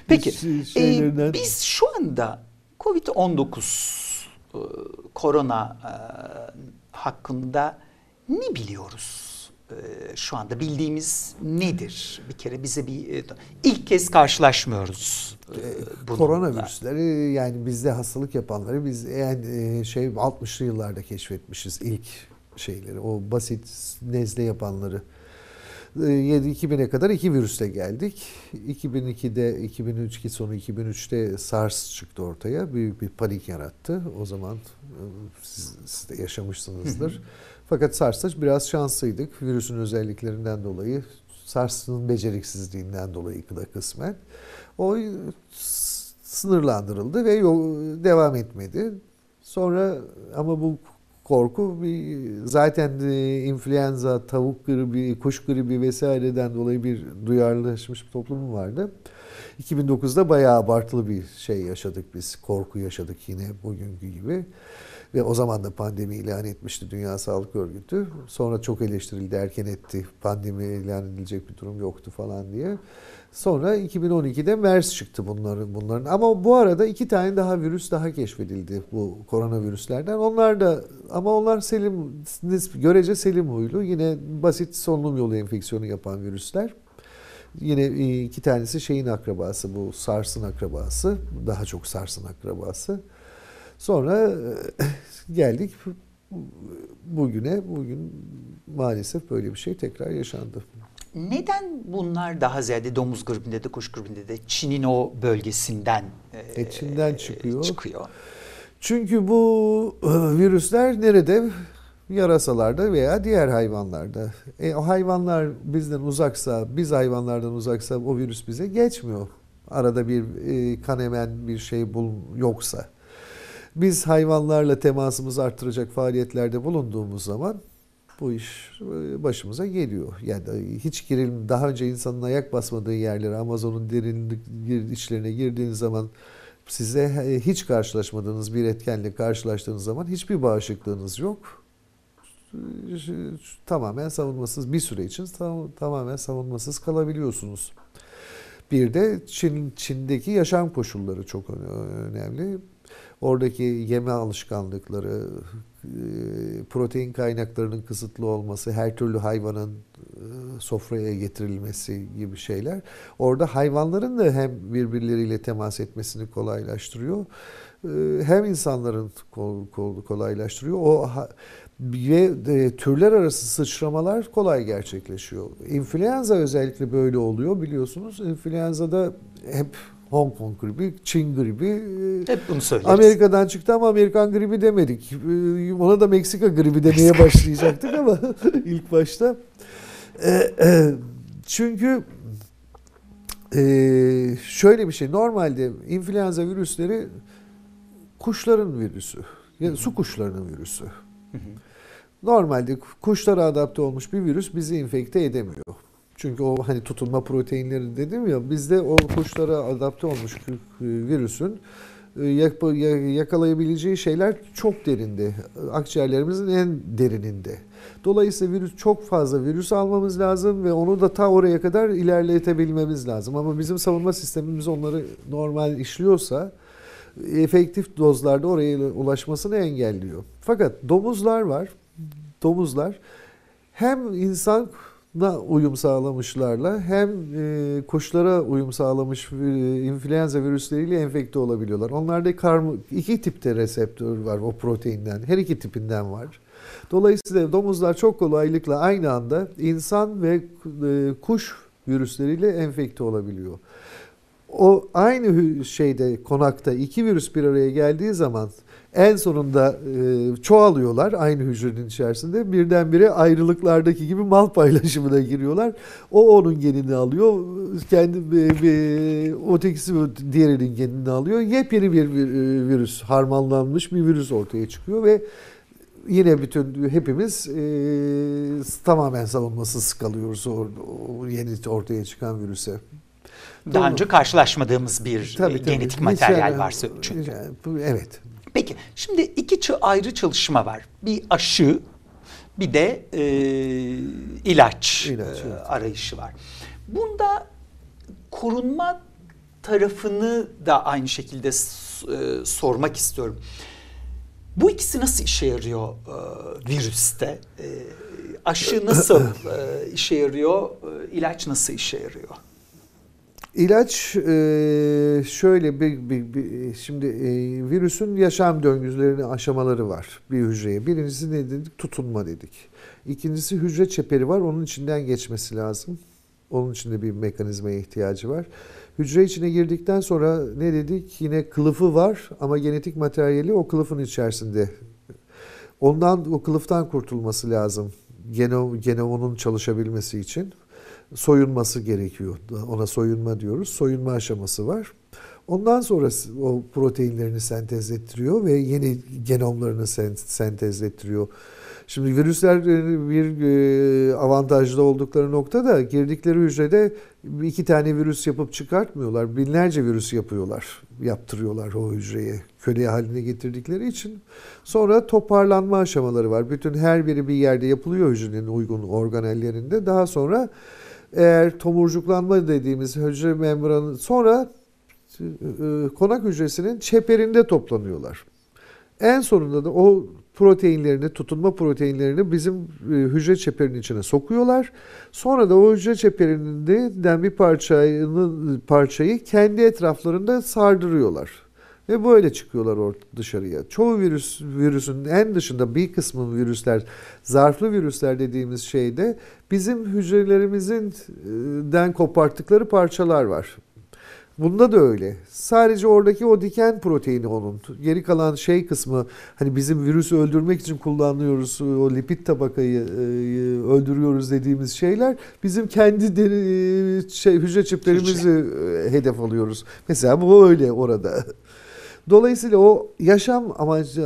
Peki şeylerinden... biz şu anda Covid-19 korona hakkında ne biliyoruz? Şu anda bildiğimiz nedir? Bir kere bize ilk kez karşılaşmıyoruz bununla. Koronavirüsleri, yani bizde hastalık yapanları biz yani 60'lı yıllarda keşfetmişiz ilk şeyleri. O basit nezle yapanları. 2000'e kadar 2 virüsle geldik. 2002'de, 2003 sonu 2003'te SARS çıktı ortaya. Büyük bir panik yarattı. O zaman siz de yaşamışsınızdır. Fakat SARS'ta biraz şanslıydık. Virüsün özelliklerinden dolayı, SARS'ın beceriksizliğinden dolayı da kısmen. O sınırlandırıldı ve devam etmedi. Sonra ama bu korku zaten influenza, tavuk gribi, kuş gribi vesaireden dolayı bir duyarlılaşmış bir toplum vardı. 2009'da bayağı abartılı bir şey yaşadık biz. Korku yaşadık yine bugünkü gibi. Ve o zaman da pandemi ilan etmişti Dünya Sağlık Örgütü. Sonra çok eleştirildi, erken etti. Pandemi ilan edilecek bir durum yoktu falan diye. Sonra 2012'de MERS çıktı bunların. Ama bu arada 2 tane daha virüs daha keşfedildi bu koronavirüslerden. Onlar görece selim huylu. Yine basit solunum yolu enfeksiyonu yapan virüsler. Yine 2 tanesi şeyin akrabası, bu SARS'ın akrabası. Daha çok SARS'ın akrabası. Sonra geldik bugüne. Bugün maalesef böyle bir şey tekrar yaşandı. Neden bunlar daha ziyade domuz gribinde de kuş gribinde de Çin'in o bölgesinden Çin'den çıkıyor? Çünkü bu virüsler nerede? Yarasalarda veya diğer hayvanlarda. O hayvanlar bizden uzaksa, biz hayvanlardan uzaksa o virüs bize geçmiyor. Arada bir kan emen bir şey yoksa. Biz hayvanlarla temasımızı arttıracak faaliyetlerde bulunduğumuz zaman bu iş başımıza geliyor. Yani daha önce insanın ayak basmadığı yerlere, Amazon'un derinlik içlerine girdiğiniz zaman, size hiç karşılaşmadığınız bir etkenle karşılaştığınız zaman hiçbir bağışıklığınız yok. Tamamen savunmasız, bir süre için tamamen savunmasız kalabiliyorsunuz. Bir de Çin'deki yaşam koşulları çok önemli. Oradaki yeme alışkanlıkları, protein kaynaklarının kısıtlı olması, her türlü hayvanın sofraya getirilmesi gibi şeyler. Orada hayvanların da hem birbirleriyle temas etmesini kolaylaştırıyor, hem insanların kolaylaştırıyor. Ve türler arası sıçramalar kolay gerçekleşiyor. İnfluenza özellikle böyle oluyor biliyorsunuz. İnfluenza'da hep Hong Kong gribi, Çin gribi, hep bunu söyleriz. Amerika'dan çıktı ama Amerikan gribi demedik. Ona da Meksika gribi demeye başlayacaktık ama ilk başta. Çünkü şöyle bir şey, normalde influenza virüsleri kuşların virüsü, yani su kuşlarının virüsü. Normalde kuşlara adapte olmuş bir virüs bizi infekte edemiyor. Çünkü o hani tutunma proteinleri dedim ya, bizde o kuşlara adapte olmuş virüsün yakalayabileceği şeyler çok derinde. Akciğerlerimizin en derininde. Dolayısıyla çok fazla virüs almamız lazım ve onu da ta oraya kadar ilerletebilmemiz lazım. Ama bizim savunma sistemimiz onları normal işliyorsa efektif dozlarda oraya ulaşmasını engelliyor. Fakat domuzlar var. Domuzlar hem insana uyum sağlamışlarla hem kuşlara uyum sağlamış influenza virüsleriyle enfekte olabiliyorlar. Onlarda 2 tipte reseptör var o proteinden. Her 2 tipinden var. Dolayısıyla domuzlar çok kolaylıkla aynı anda insan ve kuş virüsleriyle enfekte olabiliyor. O aynı konakta 2 virüs bir araya geldiği zaman en sonunda çoğalıyorlar aynı hücrenin içerisinde. Birdenbire ayrılıklardaki gibi mal paylaşımına giriyorlar. O onun genini alıyor. Ötekisi diğerinin genini alıyor. Yepyeni bir virüs, harmanlanmış bir virüs ortaya çıkıyor ve yine hepimiz tamamen savunmasız kalıyoruz o yeni ortaya çıkan virüse. Daha önce karşılaşmadığımız bir genetik materyal varsa çünkü. Evet. Peki şimdi 2 ayrı çalışma var. Bir aşı, bir de ilaç evet. arayışı var. Bunda korunma tarafını da aynı şekilde sormak istiyorum. Bu ikisi nasıl işe yarıyor virüste? Aşı nasıl işe yarıyor? İlaç nasıl işe yarıyor? İlaç şöyle şimdi virüsün yaşam döngülerinin aşamaları var bir hücreye. Birincisi ne dedik? Tutunma dedik. İkincisi hücre çeperi var. Onun içinden geçmesi lazım. Onun için de bir mekanizmaya ihtiyacı var. Hücre içine girdikten sonra ne dedik? Yine kılıfı var ama genetik materyali o kılıfın içerisinde. O kılıftan kurtulması lazım. Genomunun çalışabilmesi için. Soyunması gerekiyor. Ona soyunma diyoruz. Soyunma aşaması var. Ondan sonra o proteinlerini sentezlettiriyor ve yeni genomlarını sentezlettiriyor. Şimdi virüsler bir avantajlı oldukları noktada girdikleri hücrede 2 tane virüs yapıp çıkartmıyorlar. Binlerce virüs yaptırıyorlar o hücreye. Köle haline getirdikleri için. Sonra toparlanma aşamaları var. Her biri bir yerde yapılıyor hücrenin uygun organellerinde. Daha sonra eğer tomurcuklanma dediğimiz hücre membranı sonra konak hücresinin çeperinde toplanıyorlar. En sonunda da o tutunma proteinlerini bizim hücre çeperinin içine sokuyorlar. Sonra da o hücre çeperinden bir parçayı kendi etraflarında sardırıyorlar. Ve böyle çıkıyorlar dışarıya. Çoğu virüsün en dışında bir kısmı virüsler, zarflı virüsler dediğimiz şeyde bizim hücrelerimizden koparttıkları parçalar var. Bunda da öyle. Sadece oradaki o diken proteini onun. Geri kalan kısmı hani bizim virüsü öldürmek için kullanıyoruz. O lipid tabakayı öldürüyoruz dediğimiz şeyler bizim kendi hücre çiplerimizi hedef alıyoruz. Mesela bu öyle orada. Dolayısıyla o yaşam amacı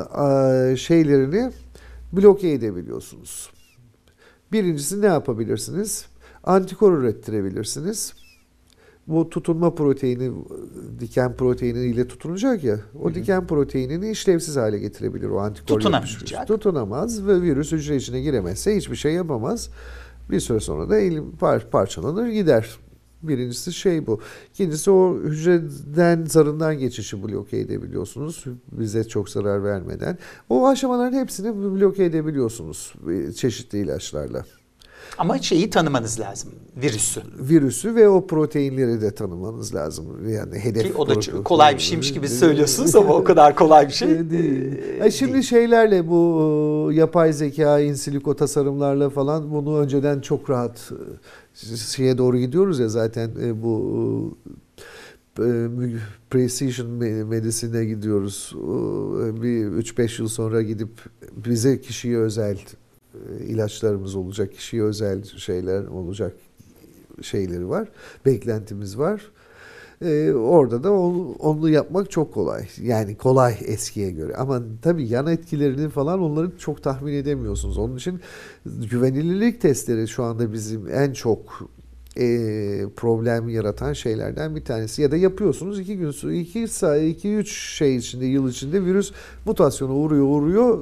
şeylerini bloke edebiliyorsunuz. Birincisi ne yapabilirsiniz? Antikor ürettirebilirsiniz. Bu tutunma proteini, diken proteini ile tutunacak ya, o diken proteinini işlevsiz hale getirebilir o antikor. Tutunamayacak. Tutunamaz ve virüs hücre içine giremezse hiçbir şey yapamaz. Bir süre sonra da parçalanır gider. Birincisi bu. İkincisi o hücreden zarından geçişi bloke edebiliyorsunuz. Bize çok zarar vermeden. O aşamaların hepsini bloke edebiliyorsunuz çeşitli ilaçlarla. Ama tanımanız lazım, virüsü. Virüsü ve o proteinleri de tanımanız lazım. Yani hedef. Ki o da kolay bir şeymiş gibi söylüyorsunuz ama o kadar kolay bir şey değil. Şimdi şeylerle bu yapay zeka, in silico tasarımlarla falan bunu önceden çok rahat doğru gidiyoruz ya zaten bu precision medicine'e gidiyoruz. Bir 3-5 yıl sonra gidip bize kişiye özel ilaçlarımız olacak, kişiye özel şeyler olacak şeyleri var, beklentimiz var. Orada da onu yapmak çok kolay. Yani kolay eskiye göre. Ama tabii yan etkilerini falan onları çok tahmin edemiyorsunuz. Onun için güvenilirlik testleri şu anda bizim en çok problem yaratan şeylerden bir tanesi. Ya da yapıyorsunuz 2 gün sonra 2-3 yıl içinde virüs mutasyona uğruyor.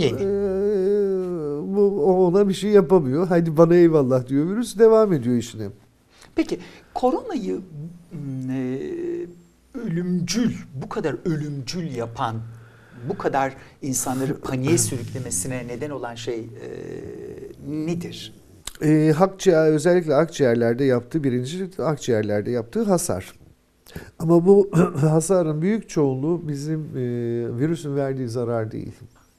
Ona bir şey yapamıyor. Hadi bana eyvallah diyor virüs, devam ediyor işine. Peki koronayı bu kadar ölümcül yapan, bu kadar insanları paniğe sürüklemesine neden olan şey nedir? Özellikle akciğerlerde yaptığı hasar. Ama bu hasarın büyük çoğunluğu bizim virüsün verdiği zarar değil.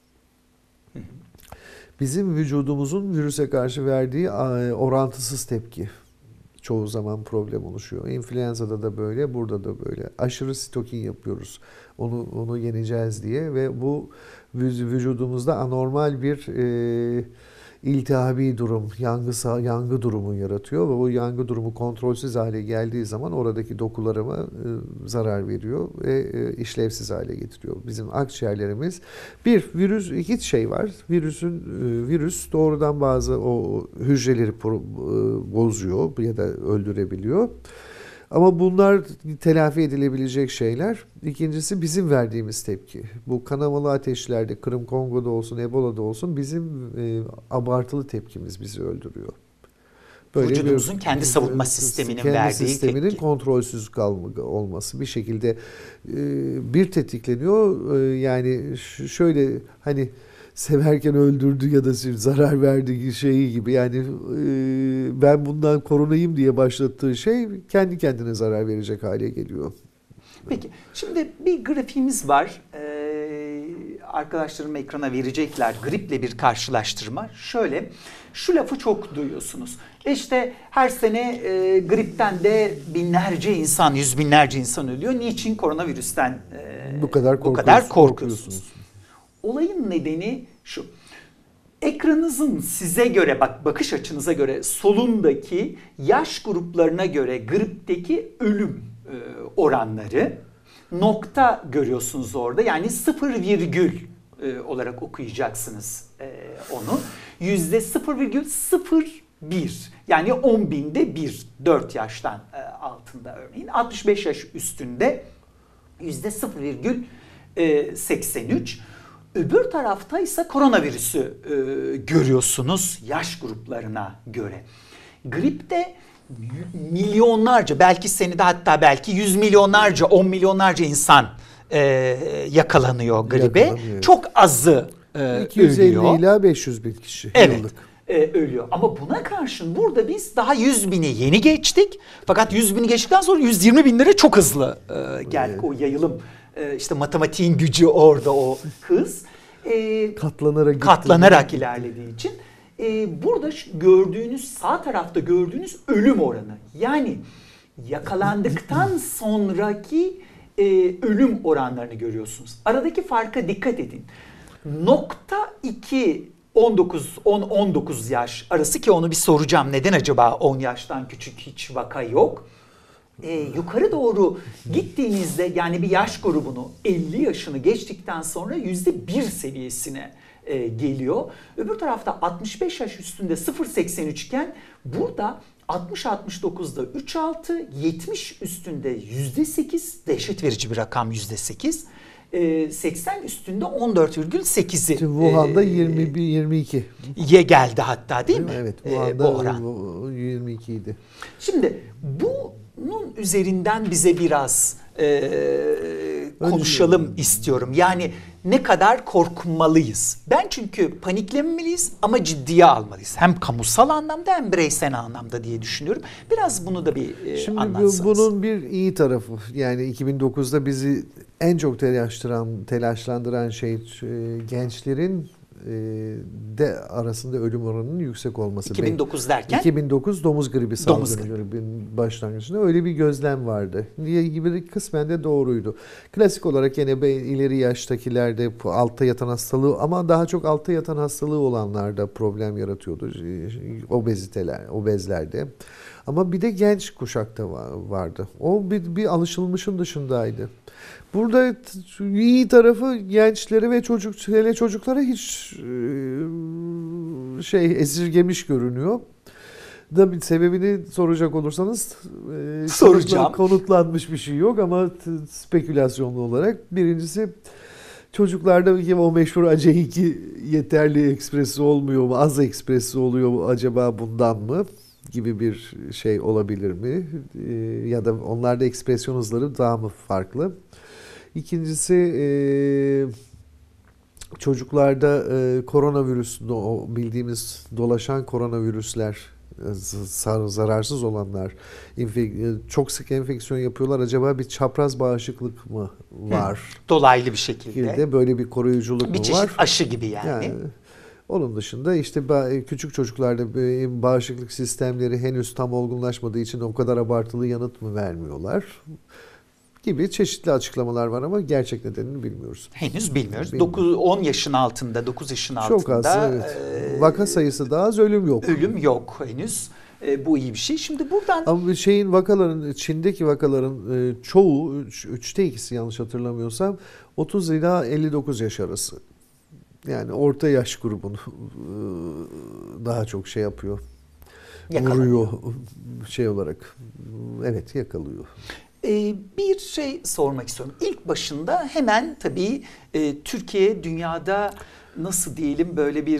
Bizim vücudumuzun virüse karşı verdiği orantısız tepki. Çoğu zaman problem oluşuyor. İnfluenza'da da böyle, burada da böyle. Aşırı sitokin yapıyoruz. Onu yeneceğiz diye ve bu vücudumuzda anormal bir iltihabi durum, yangı durumu yaratıyor ve o yangı durumu kontrolsüz hale geldiği zaman oradaki dokularıma zarar veriyor ve işlevsiz hale getiriyor. Bizim akciğerlerimiz iki şey var. Virüs doğrudan bazı o hücreleri bozuyor ya da öldürebiliyor. Ama bunlar telafi edilebilecek şeyler. İkincisi bizim verdiğimiz tepki. Bu kanamalı ateşlerde, Kırım Kongo'da olsun, Ebola'da olsun bizim abartılı tepkimiz bizi öldürüyor. Böyle vücudumuzun kendi savunma sisteminin verdiği sisteminin tepki. kontrolsüz olması bir şekilde bir tetikleniyor. Yani şöyle hani severken öldürdü ya da zarar verdiği şeyi gibi, yani ben bundan korunayım diye başlattığı şey kendi kendine zarar verecek hale geliyor. Peki şimdi bir grafiğimiz var. Arkadaşlarım ekrana verecekler, griple bir karşılaştırma. Şöyle, şu lafı çok duyuyorsunuz. İşte her sene gripten de binlerce insan, yüz binlerce insan ölüyor. Niçin koronavirüsten bu kadar korkuyorsunuz? Olayın nedeni şu. Ekranınızın size göre, bakış açınıza göre solundaki yaş gruplarına göre gripteki ölüm oranları, nokta görüyorsunuz orada. Yani 0 virgül olarak okuyacaksınız onu. %0,01, yani 10 binde 1, 4 yaştan altında örneğin. 65 yaş üstünde %0,83. Öbür tarafta ise koronavirüsü görüyorsunuz yaş gruplarına göre. Gripte milyonlarca, belki senede hatta belki 100 milyonlarca, 10 milyonlarca insan yakalanıyor gribe. Çok azı 250 ölüyor. ila 500 bin kişi yıllık. Ölüyor. Ama buna karşın burada biz daha 100 bini yeni geçtik. Fakat 100 bini geçtikten sonra 120 binlere çok hızlı geldik. Evet. O yayılım, işte matematiğin gücü orada, o hız. Katlanarak ilerlediği için. Burada gördüğünüz, sağ tarafta gördüğünüz ölüm oranı. Yani yakalandıktan sonraki ölüm oranlarını görüyorsunuz. Aradaki farka dikkat edin. Nokta 2 10-19 yaş arası, ki onu bir soracağım. Neden acaba 10 yaştan küçük hiç vaka yok? Yukarı doğru gittiğinizde, yani bir yaş grubunu 50 yaşını geçtikten sonra %1 seviyesine geliyor. Öbür tarafta 65 yaş üstünde 0,83 iken burada 60-69'da 3,6, 70 üstünde %8, dehşet verici bir rakam %8. 80 üstünde 14,8'i. Wuhan'da 21-22. Ye geldi hatta, değil mi? Evet, Wuhan'da 22 idi. Şimdi bunun üzerinden bize biraz konuşalım istiyorum. Yani ne kadar korkmalıyız? Ben çünkü paniklememeliyiz ama ciddiye almalıyız. Hem kamusal anlamda hem bireysel anlamda diye düşünüyorum. Biraz bunu da bir anlatsanız. Şimdi bunun bir iyi tarafı, yani 2009'da bizi en çok telaşlandıran şey gençlerin de arasında ölüm oranının yüksek olması. 2009 derken? 2009 domuz gribi salgının başlangıcında öyle bir gözlem vardı. Diye gibi kısmen de doğruydu. Klasik olarak yine ileri yaştakilerde altta yatan hastalığı, ama daha çok altta yatan hastalığı olanlarda problem yaratıyordu. Obezlerde. Ama bir de genç kuşakta vardı. O bir alışılmışın dışındaydı. Burada iyi tarafı gençleri ve çocuklara hiç esirgemiş görünüyor. Da bir sebebini soracak olursanız soracağım. Konutlanmış bir şey yok ama spekülasyonlu olarak. Birincisi, çocuklarda o meşhur ACE2 yeterli ekspresi olmuyor mu? Az ekspresi oluyor mu? Acaba bundan mı? Gibi bir şey olabilir mi? Ya da onlarda ekspresyon hızları daha mı farklı? İkincisi, çocuklarda koronavirüs, bildiğimiz dolaşan koronavirüsler, zararsız olanlar çok sık enfeksiyon yapıyorlar. Acaba bir çapraz bağışıklık mı var? Dolaylı bir şekilde. Böyle bir koruyuculuk mu var? Bir çeşit aşı gibi yani. Onun dışında işte küçük çocuklarda bağışıklık sistemleri henüz tam olgunlaşmadığı için o kadar abartılı yanıt mı vermiyorlar gibi çeşitli açıklamalar var ama gerçek nedenini bilmiyoruz. Henüz bilmiyoruz. 10 yaşın altında, 9 yaşın altında. Çok az, evet. Vaka sayısı daha az, ölüm yok. Ölüm yok henüz. Bu iyi bir şey. Şimdi buradan... Ama Çin'deki vakaların çoğu, 3'te 2'si yanlış hatırlamıyorsam 30 ila 59 yaş arası. Yani orta yaş grubunu daha çok şey yapıyor. Vuruyor olarak. Evet, yakalıyor. Bir şey sormak istiyorum. İlk başında hemen tabii Türkiye dünyada nasıl diyelim böyle bir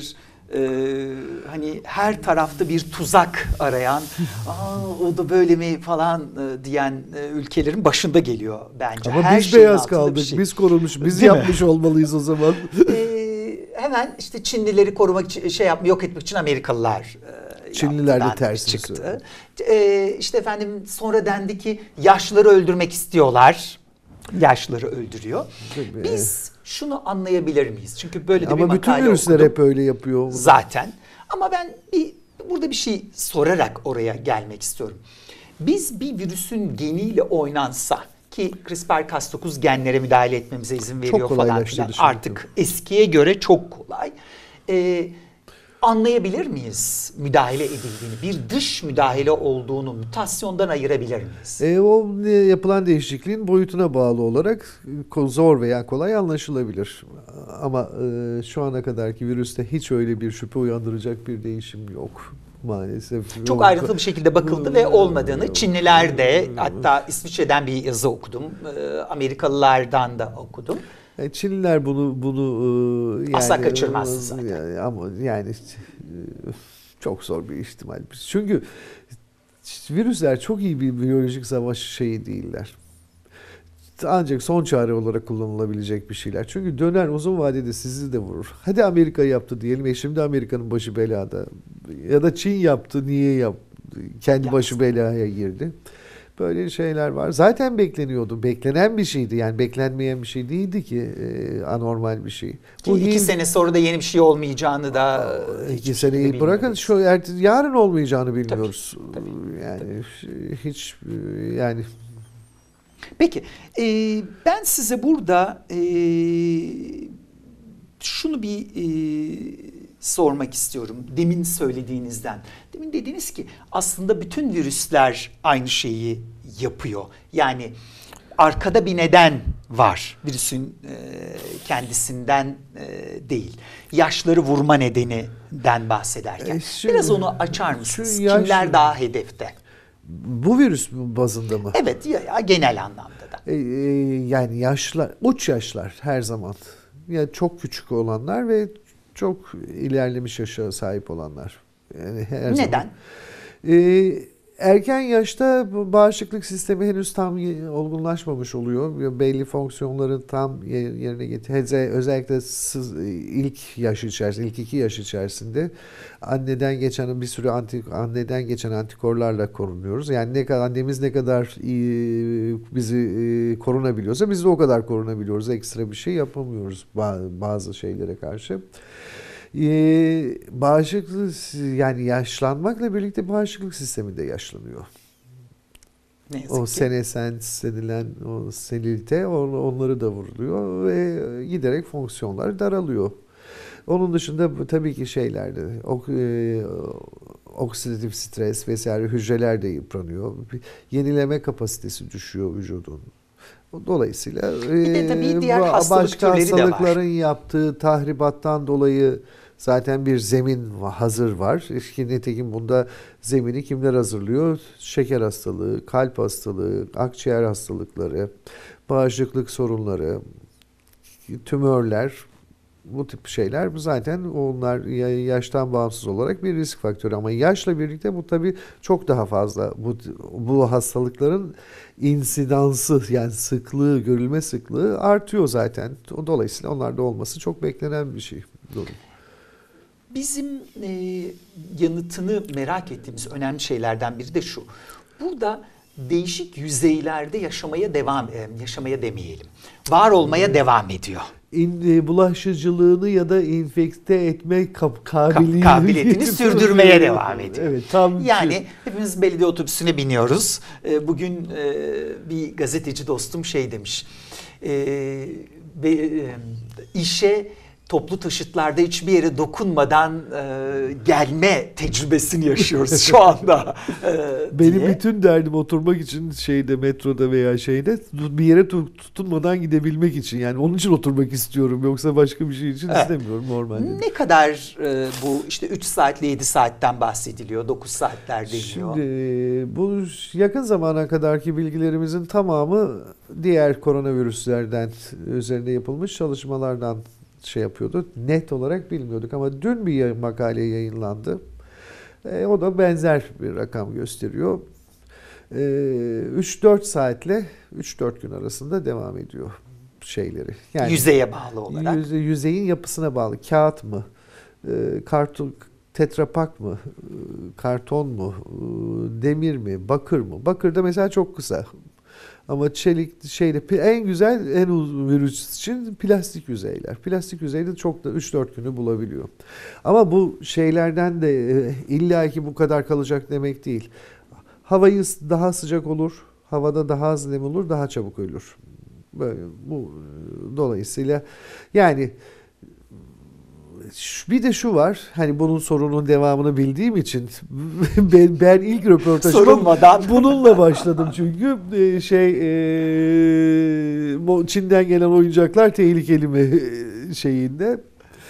Hani her tarafta bir tuzak arayan, o da böyle mi falan diyen ülkelerin başında geliyor bence. Ama her biz şeyin beyaz altında bir kaldık, şey. biz korunmuş, biz Değil mi? yapmış olmalıyız o zaman. Hemen işte Çinlileri korumak için yok etmek için Amerikalılar Çinliler de yaptıdan tersini çıktı. İşte efendim sonra dendi ki yaşlıları öldürmek istiyorlar. Yaşlıları öldürüyor. Biz şunu anlayabilir miyiz? Çünkü böyle de bir Ama bütün makale virüsler okudum. hep öyle yapıyor. Zaten. Ama ben burada bir şey sorarak oraya gelmek istiyorum. Biz bir virüsün geniyle oynansa ki CRISPR-Cas9 genlere müdahale etmemize izin veriyor falan kolaylaştırdı filan. şimdi. Artık eskiye göre çok kolay. Anlayabilir miyiz müdahale edildiğini? Bir dış müdahale olduğunu mutasyondan ayırabilir miyiz? O yapılan değişikliğin boyutuna bağlı olarak zor veya kolay anlaşılabilir. Ama şu ana kadarki virüste hiç öyle bir şüphe uyandıracak bir değişim yok. Maalesef. Çok ayrıntılı bir şekilde bakıldı ve olmadığını Çinliler de, hatta İsviçre'den bir yazı okudum. Amerikalılardan da okudum. Çinliler bunu yani, asla kaçırmaz zaten. Yani, ama yani çok zor bir ihtimal. Çünkü virüsler çok iyi bir biyolojik savaş şeyi değiller. Ancak son çare olarak kullanılabilecek bir şeyler. Çünkü döner uzun vadede sizi de vurur. Hadi Amerika yaptı diyelim. Şimdi Amerika'nın başı belada. Ya da Çin yaptı. Niye yaptı? Kendi başı belaya girdi. Böyle şeyler var. Zaten bekleniyordu. Beklenen bir şeydi. Yani beklenmeyen bir şey değildi ki. Anormal bir şey. Bu 2 sene sonra da yeni bir şey olmayacağını da 2 seneyi bırakın. Yarın olmayacağını bilmiyoruz. Tabii. Yani hiç yani. Peki ben size burada şunu bir sormak istiyorum demin söylediğinizden. Demin dediniz ki aslında bütün virüsler aynı şeyi yapıyor. Yani arkada bir neden var virüsün kendisinden değil. Yaşları vurma nedeninden bahsederken. Biraz onu açar mısınız? Kimler daha hedefte? Bu virüs bazında mı? Evet ya genel anlamda da. Yani yaşlar, uç yaşlar her zaman. Yani çok küçük olanlar ve çok ilerlemiş yaşa sahip olanlar. Yani her Neden? Erken yaşta bağışıklık sistemi henüz tam olgunlaşmamış oluyor. Belli fonksiyonların tam yerine getiriyor. Özellikle ilk yaş içerisinde, ilk 2 yaş içerisinde anneden geçen antikorlarla korunuyoruz. Yani ne kadar annemiz ne kadar bizi korunabiliyorsa biz de o kadar korunabiliyoruz. Ekstra bir şey yapamıyoruz bazı şeylere karşı. Bağışıklık yani yaşlanmakla birlikte bağışıklık sistemi de yaşlanıyor. Ne yazık o ki. senesens denilen o senilite onları da vuruluyor ve giderek fonksiyonlar daralıyor. Onun dışında tabii ki şeylerde oksidatif stres vesaire hücreler de yıpranıyor. Yenileme kapasitesi düşüyor vücudun. Dolayısıyla bir de tabii diğer hastalık başka türleri de var. hastalıkların yaptığı tahribattan dolayı zaten bir zemin hazır var. Nitekim bunda zemini kimler hazırlıyor? Şeker hastalığı, kalp hastalığı, akciğer hastalıkları, bağışıklık sorunları, tümörler, bu tip şeyler zaten onlar yaştan bağımsız olarak bir risk faktörü. Ama yaşla birlikte bu tabii çok daha fazla. Bu hastalıkların insidansı yani sıklığı, görülme sıklığı artıyor zaten. Dolayısıyla onlarda olması çok beklenen bir şey. Doğru. Bizim yanıtını merak ettiğimiz önemli şeylerden biri de şu. Burada değişik yüzeylerde yaşamaya demeyelim. Var olmaya devam ediyor. Bulaşıcılığını ya da infekte etme kabiliyetini sürdürmeye devam ediyor. Evet, tam yani hepimiz belediye otobüsüne biniyoruz. Bugün bir gazeteci dostum şey demiş. İşe toplu taşıtlarda hiçbir yere dokunmadan gelme tecrübesini yaşıyoruz şu anda. Benim bütün derdim oturmak için metroda veya bir yere tutunmadan gidebilmek için. Yani onun için oturmak istiyorum. Yoksa başka bir şey için istemiyorum normalde. Ne kadar bu işte 3 saatle 7 saatten bahsediliyor. 9 saatler deniyor. Şimdi bu yakın zamana kadarki bilgilerimizin tamamı diğer koronavirüslerden üzerinde yapılmış çalışmalardan şey yapıyordu. Net olarak bilmiyorduk ama dün bir makale yayınlandı. O da benzer bir rakam gösteriyor. 3-4 saatle 3-4 gün arasında devam ediyor şeyleri. Yani yüzeye bağlı olarak. Yüzeyin yapısına bağlı. Kağıt mı? Karton, tetrapak mı? Karton mu? Demir mi? Bakır mı? Bakırda mesela çok kısa. Ama çelik en güzel en uzun virüs için plastik yüzeyler. Plastik yüzeyde çok da 3-4 günü bulabiliyor. Ama bu şeylerden de illaki bu kadar kalacak demek değil. Havayı daha sıcak olur, havada daha az nem olur, daha çabuk ölür. Böyle bu dolayısıyla yani bir de şu var, hani bunun sorunun devamını bildiğim için ben ilk röportajıma bununla başladım çünkü Çin'den gelen oyuncaklar tehlikeli mi şeyinde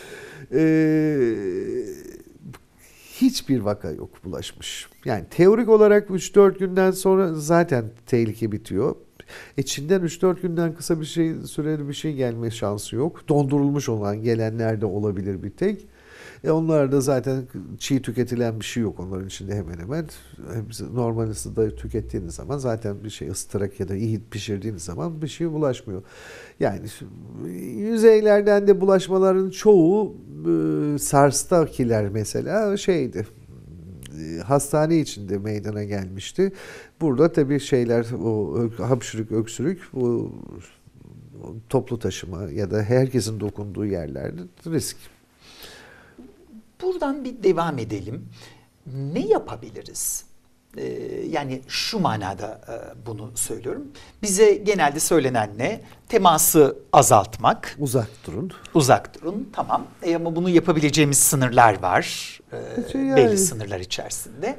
hiçbir vaka yok bulaşmış. Yani teorik olarak 3-4 günden sonra zaten tehlike bitiyor. Çin'den 3-4 günden kısa bir süreli bir şey gelme şansı yok. Dondurulmuş olan gelenler de olabilir bir tek. Onlar da zaten çiğ tüketilen bir şey yok onların içinde hemen hemen. Normal ısıda tükettiğiniz zaman zaten bir şey ısıtarak ya da iyi pişirdiğiniz zaman bir şey bulaşmıyor. Yani yüzeylerden de bulaşmaların çoğu SARS'takiler mesela şeydi. Hastane içinde meydana gelmişti. Burada tabii o hapşırık, öksürük, bu toplu taşıma ya da herkesin dokunduğu yerlerde risk. Buradan bir devam edelim. Ne yapabiliriz? Yani şu manada bunu söylüyorum. Bize genelde söylenen ne? Teması azaltmak. Uzak durun. Uzak durun, tamam. Ama bunu yapabileceğimiz sınırlar var. Belli sınırlar içerisinde.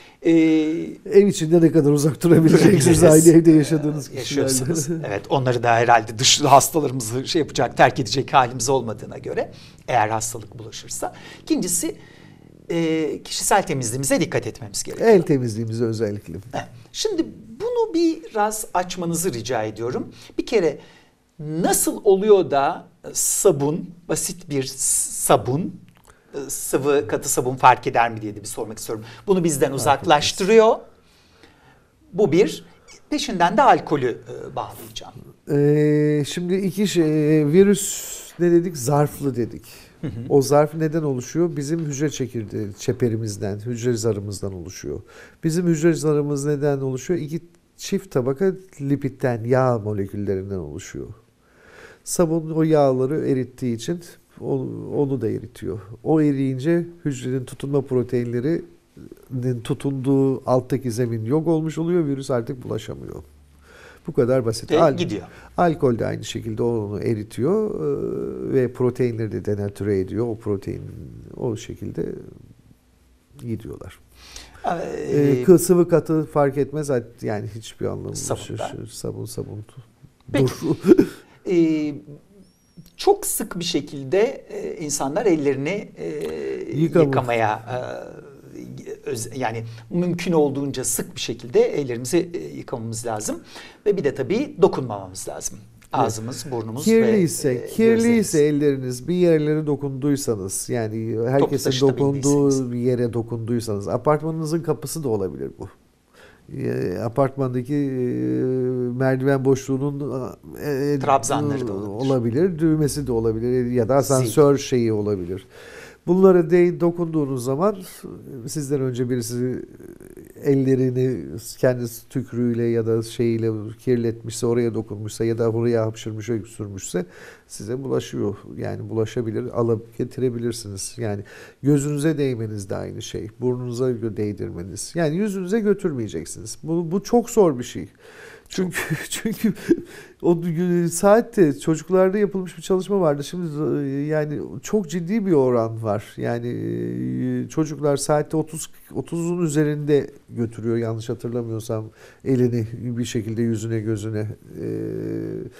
Ev içinde ne kadar uzak durabileceksiniz aynı evde yaşadığınız kişilerle. Evet, onları da herhalde dış hastalarımızı terk edecek halimiz olmadığına göre eğer hastalık bulaşırsa. İkincisi kişisel temizliğimize dikkat etmemiz gerekiyor. El temizliğimize özellikle. Şimdi bunu biraz açmanızı rica ediyorum. Bir kere nasıl oluyor da sabun, basit bir sabun, sıvı katı sabun fark eder mi diye de bir sormak istiyorum. Bunu bizden uzaklaştırıyor. Bu bir. Peşinden de alkolü bağlayacağım. Şimdi virüs ne dedik? Zarflı dedik. Hı hı. O zarf neden oluşuyor? Bizim hücre çekirdeği, çeperimizden, hücre zarımızdan oluşuyor. Bizim hücre zarımız neden oluşuyor? 2 çift tabaka lipitten, yağ moleküllerinden oluşuyor. Sabun o yağları erittiği için onu da eritiyor. O eriyince hücrenin tutunma proteinlerinin tutunduğu alttaki zemin yok olmuş oluyor. Virüs artık bulaşamıyor. Bu kadar basit. Gidiyor. Alkol de aynı şekilde onu eritiyor ve proteinleri de denatüre ediyor. O protein o şekilde gidiyorlar. Sıvı katı fark etmez. Yani hiçbir anlamı sabun. Peki. Çok sık bir şekilde insanlar ellerini yıkamaya yani mümkün olduğunca sık bir şekilde ellerimizi yıkamamız lazım ve bir de tabii dokunmamamız lazım. Ağzımız, burnumuz kirliyse elleriniz bir yerlere dokunduysanız yani herkesin dokunduğu bir yere dokunduysanız apartmanınızın kapısı da olabilir bu. Apartmandaki merdiven boşluğunun trabzanları da olabilir, düğmesi de olabilir ya da asansör şeyi olabilir. Bunlara dokunduğunuz zaman sizden önce birisi ellerini kendi tükrüğüyle ya da şeyiyle kirletmişse, oraya dokunmuşsa ya da oraya hapşırmış, öksürmüşse size bulaşıyor. Yani bulaşabilir, alıp getirebilirsiniz. Yani gözünüze değmeniz de aynı şey. Burnunuza değdirmeniz. Yani yüzünüze götürmeyeceksiniz. Bu çok zor bir şey. Çünkü o saatte çocuklarda yapılmış bir çalışma vardı. Şimdi yani çok ciddi bir oran var. Yani çocuklar saatte 30'un üzerinde götürüyor yanlış hatırlamıyorsam elini bir şekilde yüzüne gözüne.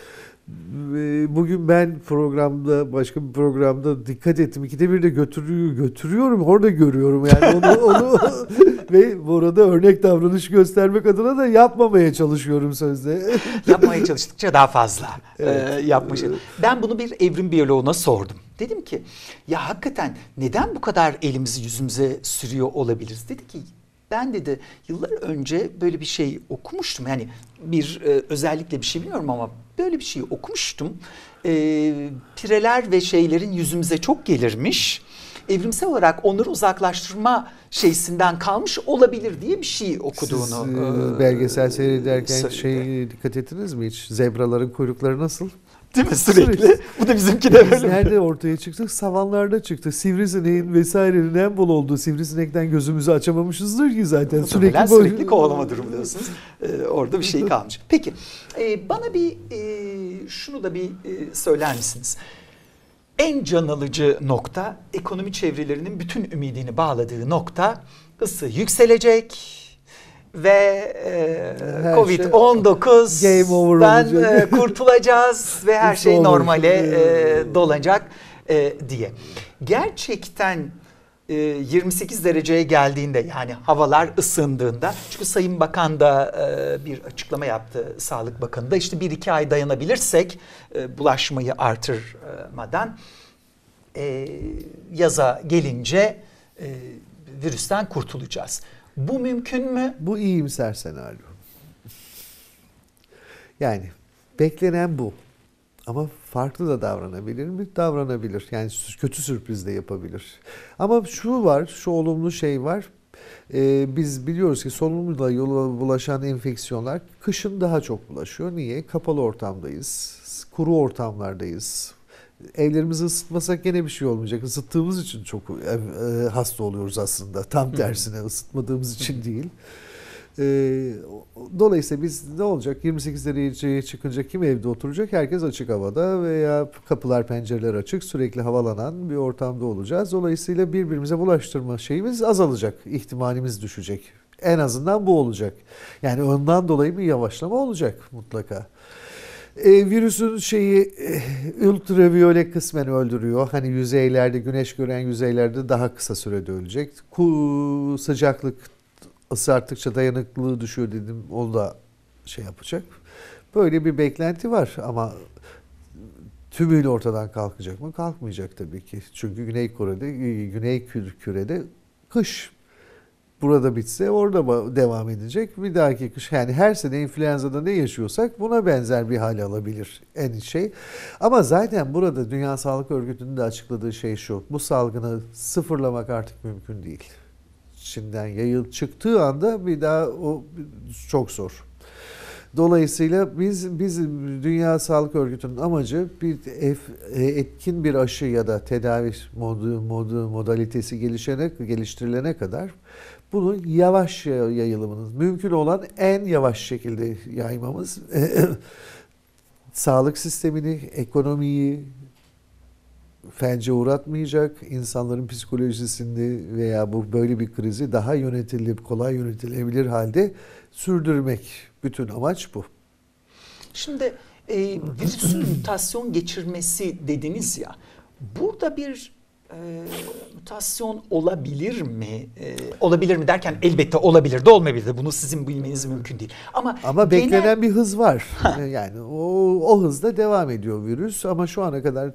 Bugün ben başka bir programda dikkat ettim. 2'de 1'de götürüyorum. Orada görüyorum yani onu ve burada örnek davranış göstermek adına da yapmamaya çalışıyorum sözde. Yapmaya çalıştıkça daha fazla Evet. Ben bunu bir evrim biyoloğuna sordum. Dedim ki ya hakikaten neden bu kadar elimizi yüzümüze sürüyor olabiliriz? Dedi ki ben dedi yıllar önce böyle bir şey okumuştum. Yani özellikle bir şey bilmiyorum ama böyle bir şey okumuştum. Pireler ve şeylerin yüzümüze çok gelirmiş. Evrimsel olarak onları uzaklaştırma şeysinden kalmış olabilir diye bir şey okuduğunu Siz belgesel seyrederken söyledi. dikkat ettiniz mi hiç? Zebraların kuyrukları nasıl? Değil mi sürekli? Bu da bizimki de Biz böyle. nerede ortaya çıktık? Savanlarda çıktık. Sivrisineğin vesairenin en bol olduğu, sivrisinekten gözümüzü açamamışızdır ki zaten. Sürekli kovalama durumu diyorsunuz. Orada bir şey kalmış. Peki bana şunu da söyler misiniz? En can alıcı nokta, ekonomi çevrelerinin bütün ümidini bağladığı nokta, ısı yükselecek ve Covid-19'dan kurtulacağız ve her şey normale dolacak diye. Gerçekten 28 dereceye geldiğinde yani havalar ısındığında, çünkü Sayın Bakan da bir açıklama yaptı, Sağlık Bakanı da, işte 1-2 ay dayanabilirsek bulaşmayı artırmadan yaza gelince virüsten kurtulacağız. Bu mümkün mü? Bu iyimser senaryo. Yani beklenen bu. Ama farklı da davranabilir mi? Davranabilir. Yani kötü sürpriz de yapabilir. Ama şu olumlu şey var. Biz biliyoruz ki solunumla yola bulaşan enfeksiyonlar kışın daha çok bulaşıyor. Niye? Kapalı ortamdayız, kuru ortamlardayız. Evlerimizi ısıtmasak gene bir şey olmayacak. Isıttığımız için çok hasta oluyoruz aslında. Tam tersine ısıtmadığımız için değil. Dolayısıyla biz ne olacak? 28 dereceye çıkınca kim evde oturacak? Herkes açık havada veya kapılar pencereler açık, sürekli havalanan bir ortamda olacağız. Dolayısıyla birbirimize bulaştırma şeyimiz azalacak, ihtimalimiz düşecek. En azından bu olacak. Yani ondan dolayı bir yavaşlama olacak mutlaka. Virüsün ultraviyole kısmen öldürüyor. Hani yüzeylerde, güneş gören yüzeylerde daha kısa sürede ölecek. Sıcaklık ısı arttıkça dayanıklılığı düşüyor dedim. O da yapacak. Böyle bir beklenti var ama tümüyle ortadan kalkacak mı? Kalkmayacak tabii ki. Çünkü Güney Kürede kış. Burada bitse orada devam edecek. Bir dahaki kış, yani her sene influenza'da ne yaşıyorsak buna benzer bir hal alabilir en şey. Ama zaten burada Dünya Sağlık Örgütü'nün de açıkladığı şey şu. Bu salgını sıfırlamak artık mümkün değil. Çin'den çıktığı anda bir daha o çok zor. Dolayısıyla biz Dünya Sağlık Örgütü'nün amacı etkin bir aşı ya da tedavi modalitesi geliştirilene kadar bunun yavaş yayılımının mümkün olan en yavaş şekilde yaymamız, sağlık sistemini, ekonomiyi felce uğratmayacak, insanların psikolojisini veya böyle bir krizi daha kolay yönetilebilir halde sürdürmek. Bütün amaç bu. Şimdi virüsün mutasyon geçirmesi dediniz ya, burada bir mutasyon olabilir mi? Olabilir mi derken elbette olabilir de olmayabilir de, bunu sizin bilmeniz mümkün değil. Ama beklenen bir hız var. Yani o hızda devam ediyor virüs ama şu ana kadar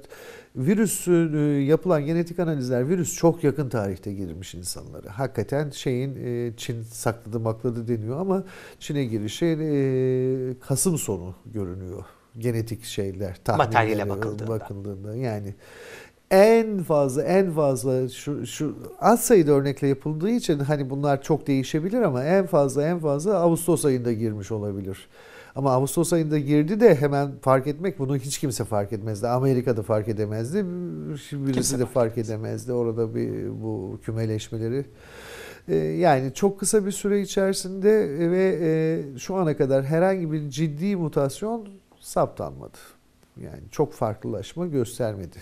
yapılan genetik analizler, virüs çok yakın tarihte girmiş insanlara. Hakikaten Çin makladı deniyor ama Çin'e girişi Kasım sonu görünüyor. Genetik materyale bakıldığında yani en fazla şu az sayıda örnekle yapıldığı için hani bunlar çok değişebilir ama en fazla Ağustos ayında girmiş olabilir. Ama Ağustos ayında girdi de hemen fark etmek, bunu hiç kimse fark etmezdi. Amerika'da fark edemezdi. Birisi de fark edemezdi. Orada bu kümeleşmeleri. Yani çok kısa bir süre içerisinde ve şu ana kadar herhangi bir ciddi mutasyon saptanmadı. Yani çok farklılaşma göstermedi.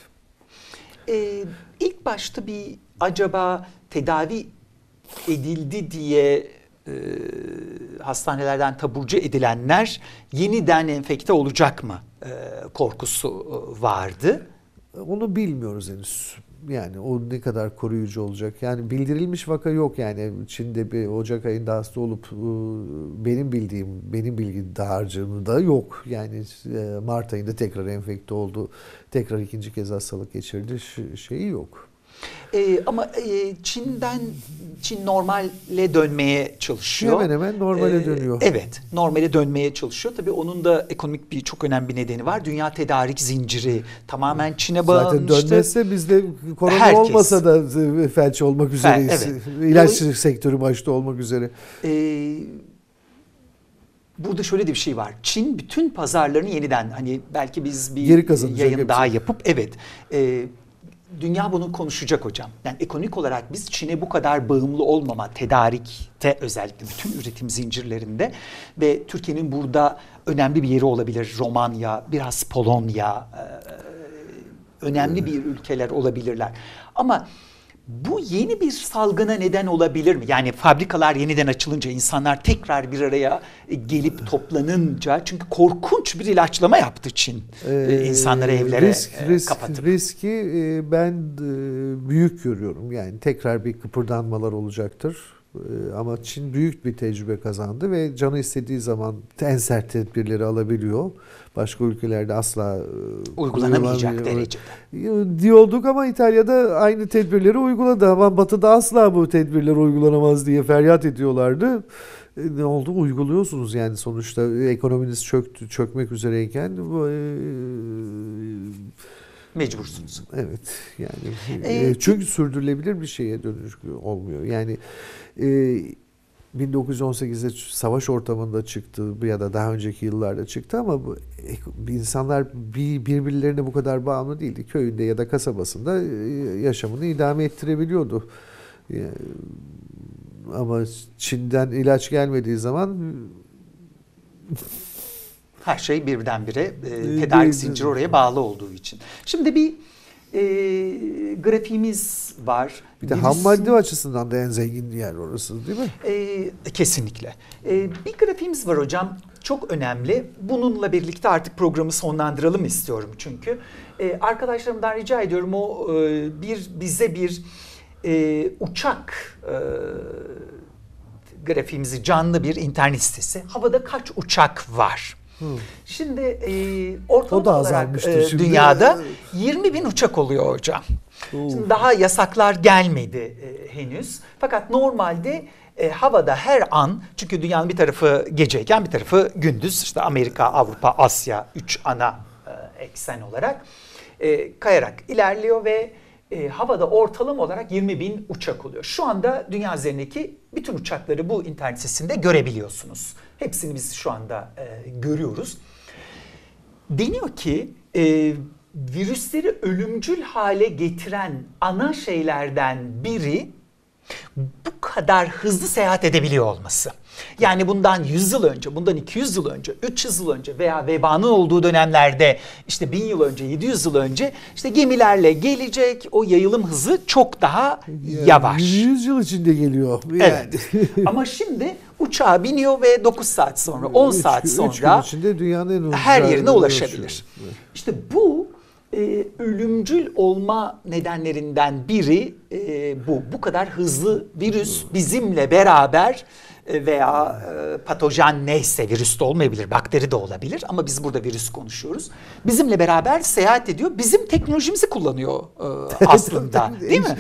İlk başta acaba tedavi edildi diye hastanelerden taburcu edilenler yeniden enfekte olacak mı korkusu vardı. Onu bilmiyoruz henüz. Yani o ne kadar koruyucu olacak. Yani bildirilmiş vaka yok. Yani Çin'de bir Ocak ayında hasta olup benim bilgim dağarcığımda yok. Yani Mart ayında tekrar enfekte oldu. Tekrar ikinci kez hastalık geçirdi. Şeyi yok. Ama Çin normale dönmeye çalışıyor. Hemen hemen normale dönüyor. Evet, normale dönmeye çalışıyor. Tabii onun da ekonomik çok önemli bir nedeni var. Dünya tedarik zinciri tamamen Çin'e bağlanmıştı. Zaten dönmezse bizde korona Herkes olmasa da felç olmak üzereyiz. Evet. İlaç sektörü başta olmak üzere. Burada şöyle de bir şey var. Çin bütün pazarlarını yeniden, hani belki biz bir yayın daha yapıp dünya bunu konuşacak hocam. Yani ekonomik olarak biz Çin'e bu kadar bağımlı olmama, tedarikte özellikle bütün üretim zincirlerinde ve Türkiye'nin burada önemli bir yeri olabilir. Romanya, biraz Polonya, önemli bir ülkeler olabilirler. Ama bu yeni bir salgına neden olabilir mi? Yani fabrikalar yeniden açılınca, insanlar tekrar bir araya gelip toplanınca, çünkü korkunç bir ilaçlama yaptı Çin. İnsanları evlere kapatıp. Riski ben büyük görüyorum. Yani tekrar bir kıpırdanmalar olacaktır. Ama Çin büyük bir tecrübe kazandı ve canı istediği zaman en sert tedbirleri alabiliyor. Başka ülkelerde asla uygulanamayacak derecede. Diyorduk ama İtalya'da aynı tedbirleri uyguladı. Ama Batı'da asla bu tedbirler uygulanamaz diye feryat ediyorlardı. Ne oldu? Uyguluyorsunuz yani sonuçta ekonominiz çökmek üzereyken mecbursunuz. Evet yani çünkü sürdürülebilir bir şeye dönüş olmuyor. Yani 1918'de savaş ortamında çıktı ya da daha önceki yıllarda çıktı ama bu insanlar birbirlerine bu kadar bağımlı değildi. Köyünde ya da kasabasında yaşamını idame ettirebiliyordu. Ama Çin'den ilaç gelmediği zaman her şey birdenbire tedarik zinciri oraya bağlı olduğu için. Şimdi bir grafiğimiz var. Bir de ham madde açısından da en zengin yer orası değil mi? Kesinlikle. Bir grafiğimiz var hocam. Çok önemli. Bununla birlikte artık programı sonlandıralım istiyorum çünkü. Arkadaşlarımdan rica ediyorum bize bir uçak grafiğimizi, canlı bir internet sitesi. Havada kaç uçak var? Şimdi ortalama olarak dünyada 20.000 uçak oluyor hocam. Şimdi daha yasaklar gelmedi henüz. Fakat normalde havada her an, çünkü dünyanın bir tarafı geceyken bir tarafı gündüz, işte Amerika, Avrupa, Asya 3 ana eksen olarak kayarak ilerliyor ve havada ortalama olarak 20.000 uçak oluyor. Şu anda dünya üzerindeki bütün uçakları bu internet sitesinde görebiliyorsunuz. Hepsini biz şu anda görüyoruz. Deniyor ki virüsleri ölümcül hale getiren ana şeylerden biri bu kadar hızlı seyahat edebiliyor olması. Yani bundan 100 yıl önce, bundan 200 yıl önce, 300 yıl önce veya vebanın olduğu dönemlerde işte 1000 yıl önce, 700 yıl önce işte gemilerle gelecek, o yayılım hızı çok daha yavaş. 100 yıl içinde geliyor. Yani. Evet. Ama şimdi uçağa biniyor ve 9 saat sonra, 10 saat sonra içinde dünyanın her yerine ulaşabilir. İşte bu ölümcül olma nedenlerinden biri bu kadar hızlı virüs bizimle beraber veya patojen neyse, virüs de olmayabilir, bakteri de olabilir ama biz burada virüs konuşuyoruz. Bizimle beraber seyahat ediyor, bizim teknolojimizi kullanıyor aslında, değil mi?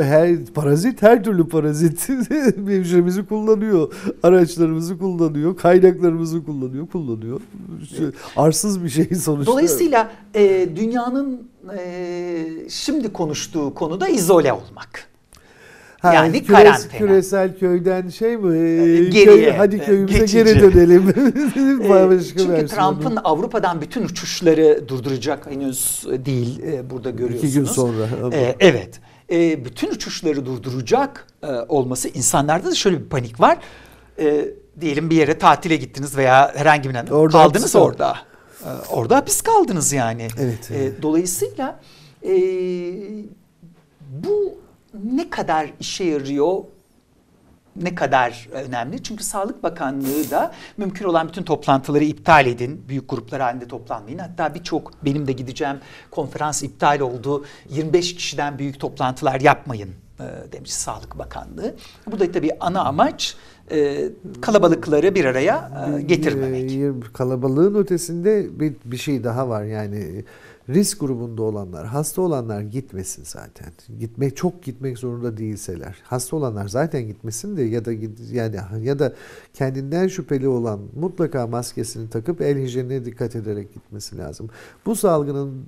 Her türlü parazit hemşiremizi kullanıyor, araçlarımızı kullanıyor, kaynaklarımızı kullanıyor. Arsız bir şey sonuçta. Dolayısıyla dünyanın şimdi konuştuğu konuda izole olmak. Yani karantina. Küresel köyden şey mi? Geriye. Hadi köyümüze Geçici. geri dönelim. Çünkü Trump'ın Avrupa'dan bütün uçuşları durduracak henüz değil. Burada görüyorsunuz. 2 gün sonra. Evet. Bütün uçuşları durduracak olması, insanlarda da şöyle bir panik var. Diyelim bir yere tatile gittiniz veya herhangi bir kaldınız orada. Orada hapis kaldınız yani. Evet. Dolayısıyla bu ne kadar işe yarıyor ne kadar önemli? Çünkü Sağlık Bakanlığı da mümkün olan bütün toplantıları iptal edin. Büyük gruplar halinde toplanmayın. Hatta birçok benim de gideceğim konferans iptal oldu. 25 kişiden büyük toplantılar yapmayın demiş Sağlık Bakanlığı. Burada tabii ana amaç kalabalıkları bir araya getirmemek. Kalabalığın ötesinde bir şey daha var. Yani risk grubunda olanlar, hasta olanlar gitmesin zaten. Çok gitmek zorunda değilseler. Hasta olanlar zaten gitmesin de ya da kendinden şüpheli olan mutlaka maskesini takıp el hijyenine dikkat ederek gitmesi lazım. Bu salgının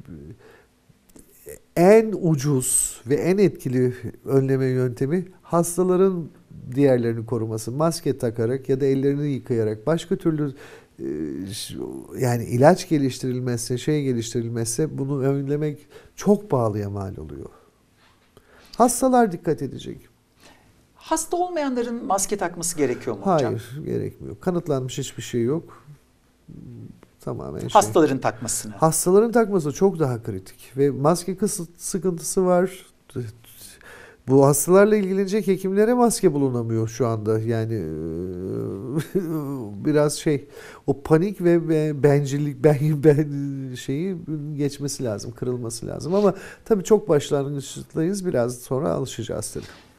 en ucuz ve en etkili önleme yöntemi hastaların diğerlerini koruması. Maske takarak ya da ellerini yıkayarak, başka türlü yani ilaç geliştirilmezse bunu önlemek çok pahalıya mal oluyor. Hastalar dikkat edecek. Hasta olmayanların maske takması gerekiyor mu hocam? Hayır, gerekmiyor. Kanıtlanmış hiçbir şey yok. Tamamen hastaların takmasını. Hastaların takması çok daha kritik ve maske sıkıntısı var. Bu hastalarla ilgilenecek hekimlere maske bulunamıyor şu anda. Yani biraz o panik ve bencillik şeyi geçmesi lazım, kırılması lazım. Ama tabii çok başlangıçtayız. Biraz sonra alışacağız tabii.